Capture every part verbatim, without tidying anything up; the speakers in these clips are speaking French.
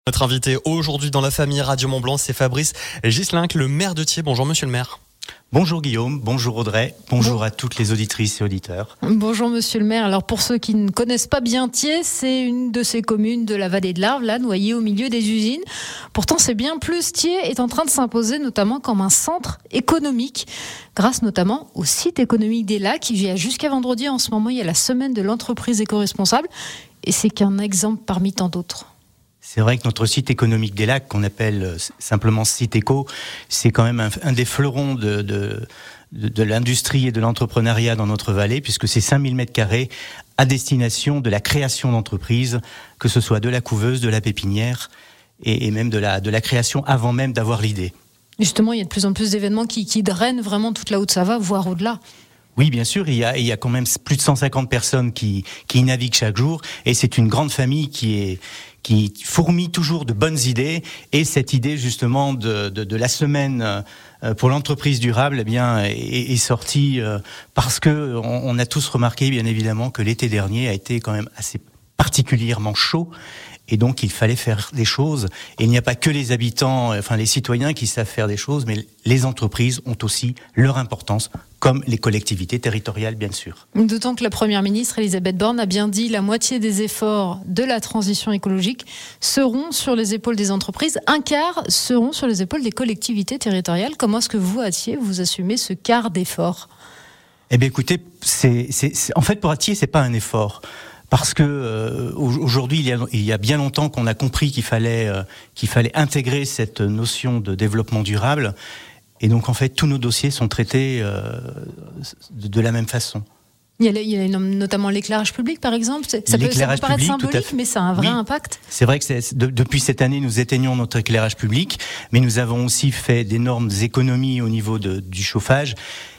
Notre invité aujourd'hui dans la famille Radio Mont-Blanc, c'est Fabrice Gislinck, le maire de Thiers. Bonjour monsieur le maire. Bonjour Guillaume, bonjour Audrey, bonjour bon. à toutes les auditrices et auditeurs. Bonjour monsieur le maire. Alors pour ceux qui ne connaissent pas bien Thiers, c'est une de ces communes de la vallée de l'Arve, là, noyée au milieu des usines. Pourtant c'est bien plus. Thiers est en train de s'imposer notamment comme un centre économique, grâce notamment au site économique des Lacs. Il y a jusqu'à vendredi, en ce moment, il y a la semaine de l'entreprise éco-responsable, et c'est qu'un exemple parmi tant d'autres. C'est vrai que notre site économique des Lacs, qu'on appelle simplement site éco, c'est quand même un, un des fleurons de, de, de, de l'industrie et de l'entrepreneuriat dans notre vallée, puisque c'est cinq mille mètres carrés à destination de la création d'entreprises, que ce soit de la couveuse, de la pépinière et, et même de la, de la création avant même d'avoir l'idée. Justement, il y a de plus en plus d'événements qui, qui drainent vraiment toute la Haute-Savoie, voire au-delà. Oui, bien sûr, il y a, il y a quand même plus de cent cinquante personnes qui, qui y naviguent chaque jour, et c'est une grande famille qui est qui fourmille toujours de bonnes idées, et cette idée justement de, de, de la semaine pour l'entreprise durable, eh bien, est, est sortie parce que on, on a tous remarqué, bien évidemment, que l'été dernier a été quand même assez particulièrement chaud. Et donc, il fallait faire des choses. Et il n'y a pas que les habitants, enfin les citoyens qui savent faire des choses, mais les entreprises ont aussi leur importance, comme les collectivités territoriales, bien sûr. D'autant que la Première ministre, Elisabeth Borne, a bien dit la moitié des efforts de la transition écologique seront sur les épaules des entreprises. Un quart seront sur les épaules des collectivités territoriales. Comment est-ce que vous, à Thiers, vous assumez ce quart d'effort ? Eh bien, écoutez, c'est, c'est, c'est, en fait, pour Thiers, c'est pas un effort. Parce que euh, aujourd'hui, il y, a, il y a bien longtemps qu'on a compris qu'il fallait euh, qu'il fallait intégrer cette notion de développement durable, et donc en fait tous nos dossiers sont traités euh, de, de la même façon. Il y a, il y a notamment l'éclairage public, par exemple. Ça peut, ça peut paraître public, symbolique, mais ça a un vrai oui. impact. C'est vrai que c'est, de, depuis cette année, nous éteignons notre éclairage public, mais nous avons aussi fait d'énormes économies au niveau de, du chauffage,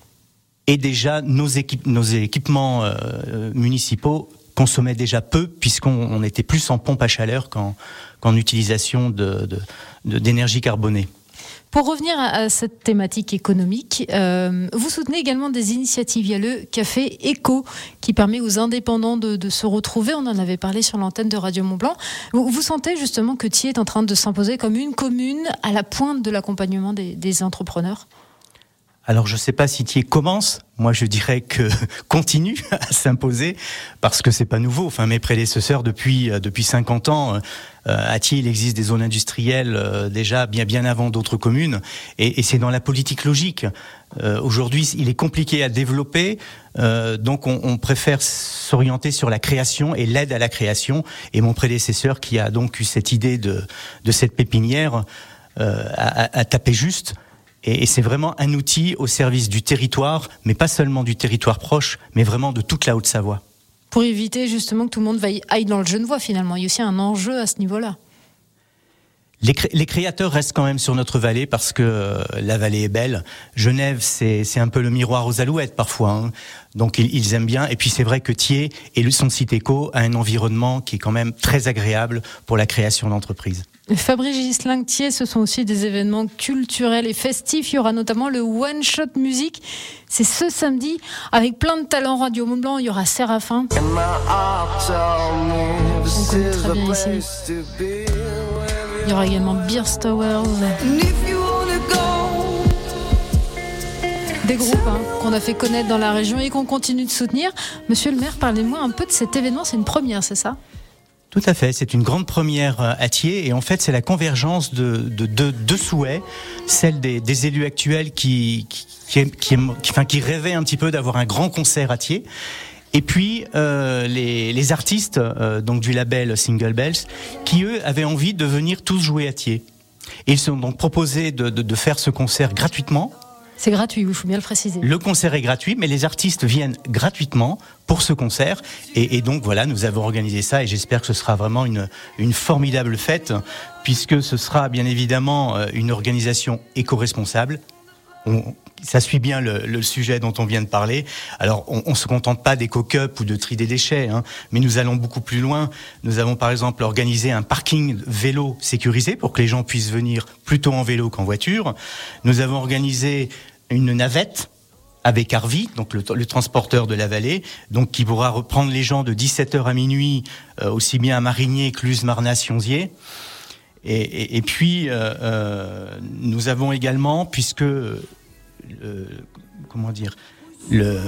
et déjà nos, équipes, nos équipements euh, municipaux consommaient déjà peu, puisqu'on on était plus en pompe à chaleur qu'en, qu'en utilisation de, de, de, d'énergie carbonée. Pour revenir à, à cette thématique économique, euh, vous soutenez également des initiatives. Il y a le Café Éco qui permet aux indépendants de, de se retrouver. On en avait parlé sur l'antenne de Radio Mont-Blanc. Vous, vous sentez justement que Thiers est en train de s'imposer comme une commune à la pointe de l'accompagnement des, des entrepreneurs ? Alors, je ne sais pas si Thiers commence. Moi, je dirais que continue à s'imposer, parce que c'est pas nouveau. Enfin, mes prédécesseurs, depuis depuis cinquante ans, euh, à Thiers, il existe des zones industrielles euh, déjà bien bien avant d'autres communes, et, et c'est dans la politique logique. Euh, aujourd'hui, il est compliqué à développer, euh, donc on, on préfère s'orienter sur la création et l'aide à la création. Et mon prédécesseur, qui a donc eu cette idée de de cette pépinière, euh, a, a tapé juste. Et c'est vraiment un outil au service du territoire, mais pas seulement du territoire proche, mais vraiment de toute la Haute-Savoie. Pour éviter justement que tout le monde aille dans le Genevois finalement, il y a aussi un enjeu à ce niveau-là. Les, cré- les créateurs restent quand même sur notre vallée parce que euh, la vallée est belle. Genève, c'est, c'est un peu le miroir aux alouettes parfois, hein. Donc ils, ils aiment bien. Et puis c'est vrai que Thiers et son site éco a un environnement qui est quand même très agréable pour la création d'entreprises. Fabrice Gislinck, Thiers, ce sont aussi des événements culturels et festifs. Il y aura notamment le One Shot Music. C'est ce samedi avec plein de talents. Radio Mont-Blanc, il y aura Séraphin. On connaît très bien ici. Il y aura également Beers Towers. Des groupes hein, qu'on a fait connaître dans la région et qu'on continue de soutenir. Monsieur le maire, parlez-moi un peu de cet événement. C'est une première, c'est ça ? Tout à fait, c'est une grande première à Thiers, et en fait c'est la convergence de deux de, de souhaits, celle des, des élus actuels qui qui, qui, qui, qui, enfin, qui rêvaient un petit peu d'avoir un grand concert à Thiers, et puis euh, les, les artistes euh, donc du label Single Bells, qui eux avaient envie de venir tous jouer à Thiers. Et ils se sont donc proposés de, de, de faire ce concert gratuitement. C'est gratuit, il faut bien le préciser. Le concert est gratuit, mais les artistes viennent gratuitement pour ce concert. Et, et donc voilà, nous avons organisé ça, et j'espère que ce sera vraiment une, une formidable fête, puisque ce sera bien évidemment une organisation éco-responsable. On, ça suit bien le, le sujet dont on vient de parler. Alors, on ne se contente pas d'éco-cup ou de tri des déchets, hein, mais nous allons beaucoup plus loin. Nous avons par exemple organisé un parking vélo sécurisé pour que les gens puissent venir plutôt en vélo qu'en voiture. Nous avons organisé une navette avec Arvi, donc le, le transporteur de la vallée, donc qui pourra reprendre les gens de dix-sept heures à minuit, euh, aussi bien à Marigné, Cluse, Marnas, Sionzier. Et, et, et puis, euh, euh, nous avons également, puisque, euh, comment dire, le...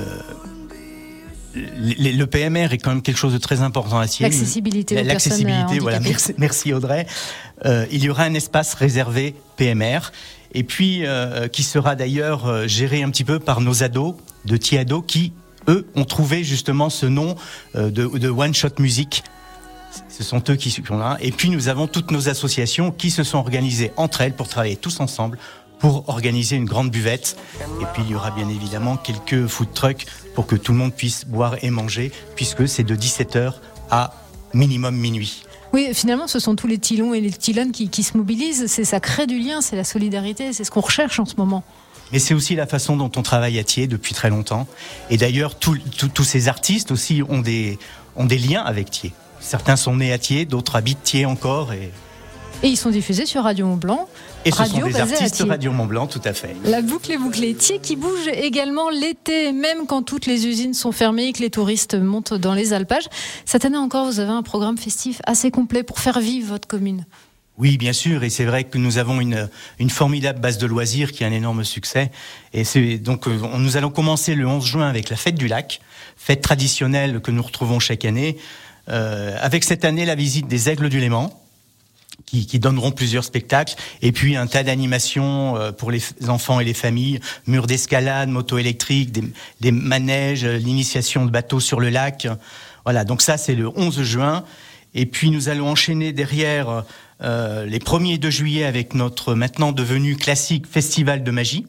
Le, le P M R est quand même quelque chose de très important à Thiers. L'accessibilité aux L'accessibilité, personnes voilà. Merci, merci Audrey. Euh, il y aura un espace réservé P M R, et puis euh, qui sera d'ailleurs euh, géré un petit peu par nos ados de Thiers Ados qui, eux, ont trouvé justement ce nom euh, de, de One Shot Music. Ce sont eux qui sont là. Et puis nous avons toutes nos associations qui se sont organisées entre elles pour travailler tous ensemble pour organiser une grande buvette. Et puis il y aura bien évidemment quelques food trucks pour que tout le monde puisse boire et manger, puisque c'est de dix-sept heures à minimum minuit. Oui, finalement, ce sont tous les Thilons et les Thilones qui, qui se mobilisent. C'est, ça crée du lien, c'est la solidarité, c'est ce qu'on recherche en ce moment. Mais c'est aussi la façon dont on travaille à Thiers depuis très longtemps. Et d'ailleurs, tous ces artistes aussi ont des, ont des liens avec Thiers. Certains sont nés à Thiers, d'autres habitent Thiers encore. Et... Et ils sont diffusés sur Radio Mont-Blanc. Et ce radio sont des artistes Radio Mont-Blanc, tout à fait. La boucle est bouclée. Thiers qui bouge également l'été, même quand toutes les usines sont fermées et que les touristes montent dans les alpages. Cette année encore, vous avez un programme festif assez complet pour faire vivre votre commune. Oui, bien sûr, et c'est vrai que nous avons une, une formidable base de loisirs qui a un énorme succès. Et c'est, donc, nous allons commencer le onze juin avec la fête du lac, fête traditionnelle que nous retrouvons chaque année, euh, avec cette année la visite des Aigles du Léman, Qui, qui donneront plusieurs spectacles, et puis un tas d'animations pour les enfants et les familles, murs d'escalade, moto électriques, des, des manèges, l'initiation de bateaux sur le lac. Voilà, donc ça c'est le onze juin. Et puis nous allons enchaîner derrière euh, les premier et deux juillet avec notre maintenant devenu classique Festival de magie.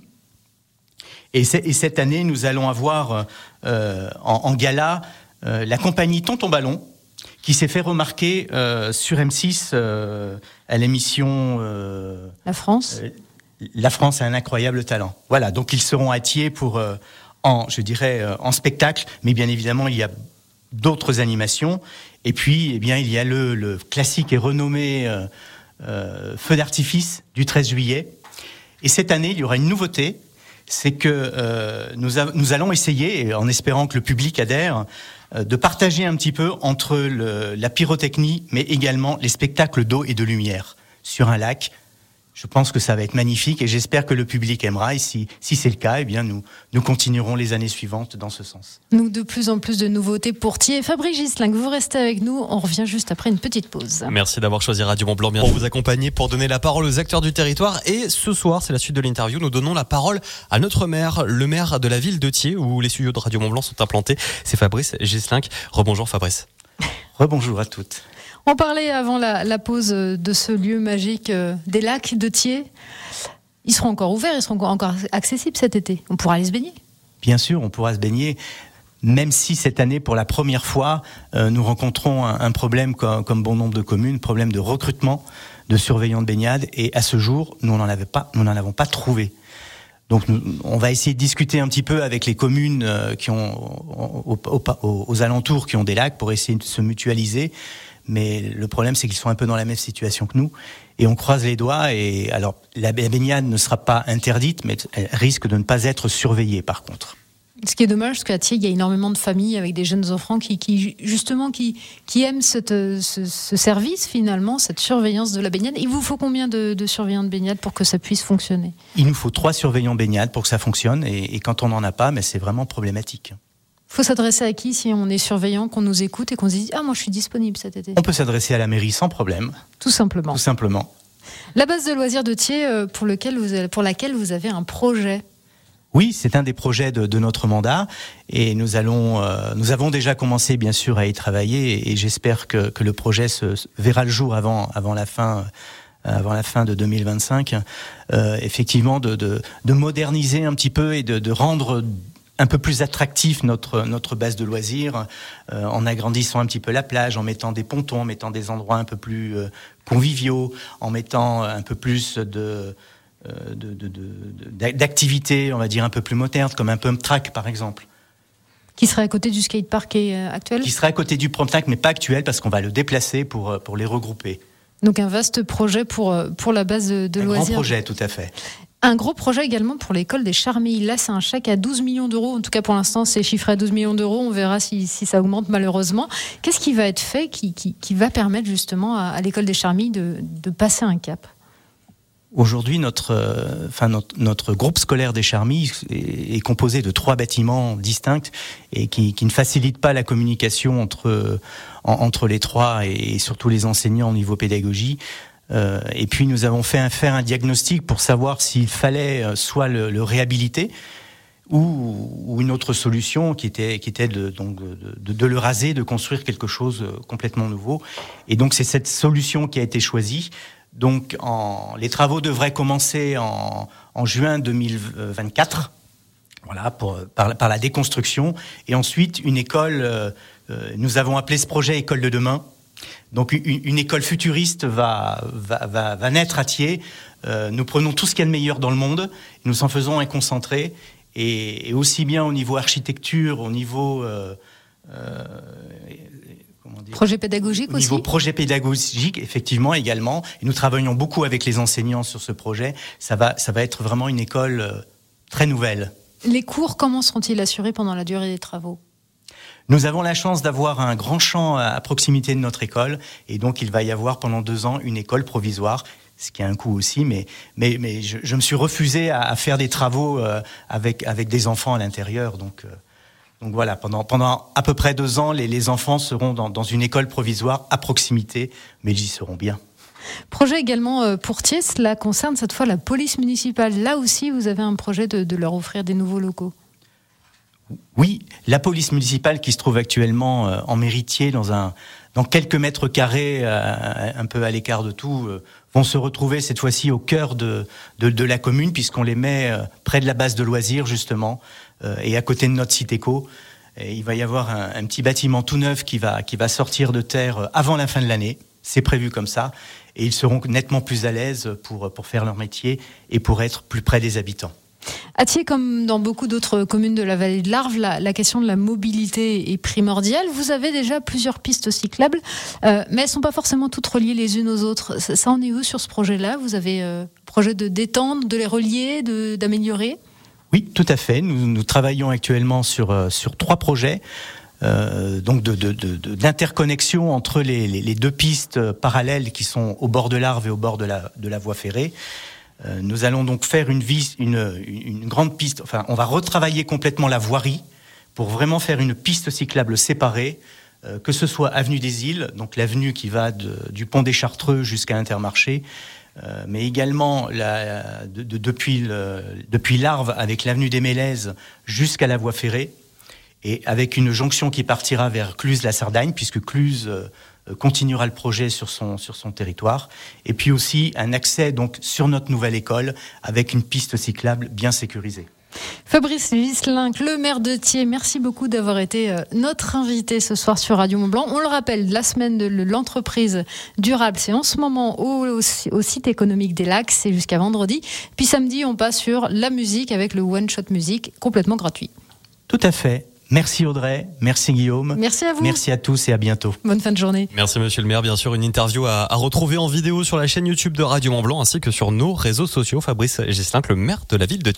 Et, et cette année, nous allons avoir euh, en, en gala euh, la compagnie Tonton Ballon, qui s'est fait remarquer euh, sur M six euh, à l'émission euh, La France. Euh, La France a un incroyable talent. Voilà, donc ils seront à Thiers pour euh, en, je dirais, euh, en spectacle, mais bien évidemment il y a d'autres animations. Et puis, eh bien, il y a le, le classique et renommé euh, euh, feu d'artifice du treize juillet. Et cette année, il y aura une nouveauté, c'est que euh, nous, a, nous allons essayer, en espérant que le public adhère, de partager un petit peu entre le, la pyrotechnie, mais également les spectacles d'eau et de lumière sur un lac. Je pense que ça va être magnifique et j'espère que le public aimera. Et si, si c'est le cas, eh bien nous, nous continuerons les années suivantes dans ce sens. Donc de plus en plus de nouveautés pour Thiers. Fabrice Gislinck, vous restez avec nous. On revient juste après une petite pause. Merci d'avoir choisi Radio Mont-Blanc pour vous accompagner, pour donner la parole aux acteurs du territoire. Et ce soir, c'est la suite de l'interview. Nous donnons la parole à notre maire, le maire de la ville de Thiers, où les studios de Radio Mont-Blanc sont implantés. C'est Fabrice Gislinck. Rebonjour Fabrice. Rebonjour à toutes. On parlait avant la, la pause de ce lieu magique euh, des lacs de Thiers. Ils seront encore ouverts, ils seront encore, encore accessibles cet été. On pourra aller se baigner. Bien sûr, on pourra se baigner. Même si cette année, pour la première fois, euh, nous rencontrons un, un problème comme, comme bon nombre de communes, problème de recrutement de surveillants de baignade. Et à ce jour, nous n'en avons pas, nous n'en avons pas trouvé. Donc, nous, on va essayer de discuter un petit peu avec les communes euh, qui ont aux, aux, aux, aux alentours, qui ont des lacs, pour essayer de se mutualiser. Mais le problème, c'est qu'ils sont un peu dans la même situation que nous. Et on croise les doigts. Et alors, la baignade ne sera pas interdite, mais elle risque de ne pas être surveillée, par contre. Ce qui est dommage, parce qu'à Thiers, il y a énormément de familles avec des jeunes enfants qui, qui justement, qui, qui aiment cette, ce, ce service, finalement, cette surveillance de la baignade. Il vous faut combien de, de surveillants de baignade pour que ça puisse fonctionner ? Il nous faut trois surveillants baignade pour que ça fonctionne. Et, et quand on n'en a pas, mais c'est vraiment problématique. Il faut s'adresser à qui si on est surveillant, qu'on nous écoute et qu'on se dit « Ah, moi je suis disponible cet été ». On peut s'adresser à la mairie sans problème. Tout simplement. Tout simplement. La base de loisirs de Thiers, pour, lequel vous avez, pour laquelle vous avez un projet. Oui, c'est un des projets de, de notre mandat et nous allons, euh, nous avons déjà commencé bien sûr à y travailler et, et j'espère que, que le projet se, se verra le jour avant, avant la fin. avant la fin de deux mille vingt-cinq, euh, effectivement de, de, de moderniser un petit peu et de, de rendre un peu plus attractif notre, notre base de loisirs, euh, en agrandissant un petit peu la plage, en mettant des pontons, en mettant des endroits un peu plus euh, conviviaux, en mettant un peu plus de, euh, de, de, de, d'activités, on va dire, un peu plus modernes, comme un pump track par exemple. Qui serait à côté du skatepark actuel ? Qui serait à côté du pump track, mais pas actuel, parce qu'on va le déplacer pour, pour les regrouper. Donc un vaste projet pour, pour la base de, de un loisirs. Un grand projet, tout à fait. Un gros projet également pour l'école des Charmilles. Là, c'est un chèque à douze millions d'euros. En tout cas, pour l'instant, c'est chiffré à douze millions d'euros. On verra si, si ça augmente malheureusement. Qu'est-ce qui va être fait qui, qui, qui va permettre justement à, à l'école des Charmilles de, de passer un cap ? Aujourd'hui, notre, euh, enfin, notre, notre groupe scolaire des Charmilles est, est composé de trois bâtiments distincts et qui, qui ne facilitent pas la communication entre, en, entre les trois et, et surtout les enseignants au niveau pédagogie. Euh, et puis nous avons fait un, faire un diagnostic pour savoir s'il fallait euh, soit le, le réhabiliter ou, ou une autre solution qui était, qui était de, donc de, de, de le raser, de construire quelque chose complètement nouveau. Et donc c'est cette solution qui a été choisie. Donc en, les travaux devraient commencer en, en juin deux mille vingt-quatre. Voilà, pour, par, par la déconstruction. Et ensuite, une école, euh, nous avons appelé ce projet École de demain. Donc une, une école futuriste va, va, va, va naître à Thiers. Euh, nous prenons tout ce qu'il y a de meilleur dans le monde, nous en faisons un concentré, et, et aussi bien au niveau architecture, au niveau euh, euh, comment dire, projet pédagogique au aussi. Au niveau projet pédagogique, effectivement également. Et nous travaillons beaucoup avec les enseignants sur ce projet. Ça va, ça va être vraiment une école euh, très nouvelle. Les cours, comment seront-ils assurés pendant la durée des travaux ? Nous avons la chance d'avoir un grand champ à proximité de notre école, et donc il va y avoir pendant deux ans une école provisoire, ce qui a un coût aussi, mais, mais, mais je, je me suis refusé à, à faire des travaux euh, avec, avec des enfants à l'intérieur. Donc, euh, donc voilà, pendant, pendant à peu près deux ans, les, les enfants seront dans, dans une école provisoire à proximité, mais ils y seront bien. Projet également pour Thiers, cela concerne cette fois la police municipale. Là aussi, vous avez un projet de, de leur offrir des nouveaux locaux. Oui, la police municipale qui se trouve actuellement euh, en Méritier, dans, un, dans quelques mètres carrés, euh, un peu à l'écart de tout, euh, vont se retrouver cette fois-ci au cœur de, de, de la commune, puisqu'on les met euh, près de la base de loisirs, justement, euh, et à côté de notre site éco. Et il va y avoir un, un petit bâtiment tout neuf qui va, qui va sortir de terre avant la fin de l'année. C'est prévu comme ça. Et ils seront nettement plus à l'aise pour, pour faire leur métier et pour être plus près des habitants. À Thiers, comme dans beaucoup d'autres communes de la vallée de l'Arve, la, la question de la mobilité est primordiale. Vous avez déjà plusieurs pistes cyclables, euh, mais elles ne sont pas forcément toutes reliées les unes aux autres. Ça, ça en est où sur ce projet-là ? Vous avez euh, projet de d'étendre, de les relier, de, d'améliorer ? Oui, tout à fait. Nous, nous travaillons actuellement sur, euh, sur trois projets. Euh, donc de, de, de, de, d'interconnexion entre les, les, les deux pistes parallèles qui sont au bord de l'Arve et au bord de la, de la voie ferrée. Euh, nous allons donc faire une, vis, une, une grande piste, enfin on va retravailler complètement la voirie pour vraiment faire une piste cyclable séparée, euh, que ce soit avenue des Îles, donc l'avenue qui va de, du pont des Chartreux jusqu'à Intermarché, euh, mais également la, de, de, depuis, le, depuis l'Arve avec l'avenue des Mélèzes jusqu'à la voie ferrée, et avec une jonction qui partira vers Cluse-la-Sardagne, puisque Cluse euh, continuera le projet sur son, sur son territoire, et puis aussi un accès donc sur notre nouvelle école avec une piste cyclable bien sécurisée. Fabrice Vislinck, le maire de Thiers, merci beaucoup d'avoir été notre invité ce soir sur Radio Mont-Blanc. On le rappelle, la semaine de l'entreprise durable, c'est en ce moment au, au, au site économique des Lacs, c'est jusqu'à vendredi. Puis samedi, on passe sur la musique avec le One Shot Music, complètement gratuit. Tout à fait. Merci Audrey, merci Guillaume. Merci à vous. Merci à tous et à bientôt. Bonne fin de journée. Merci monsieur le maire. Bien sûr, une interview à, à retrouver en vidéo sur la chaîne YouTube de Radio Mont-Blanc ainsi que sur nos réseaux sociaux. Fabrice Vislinck, le maire de la ville de Thiers.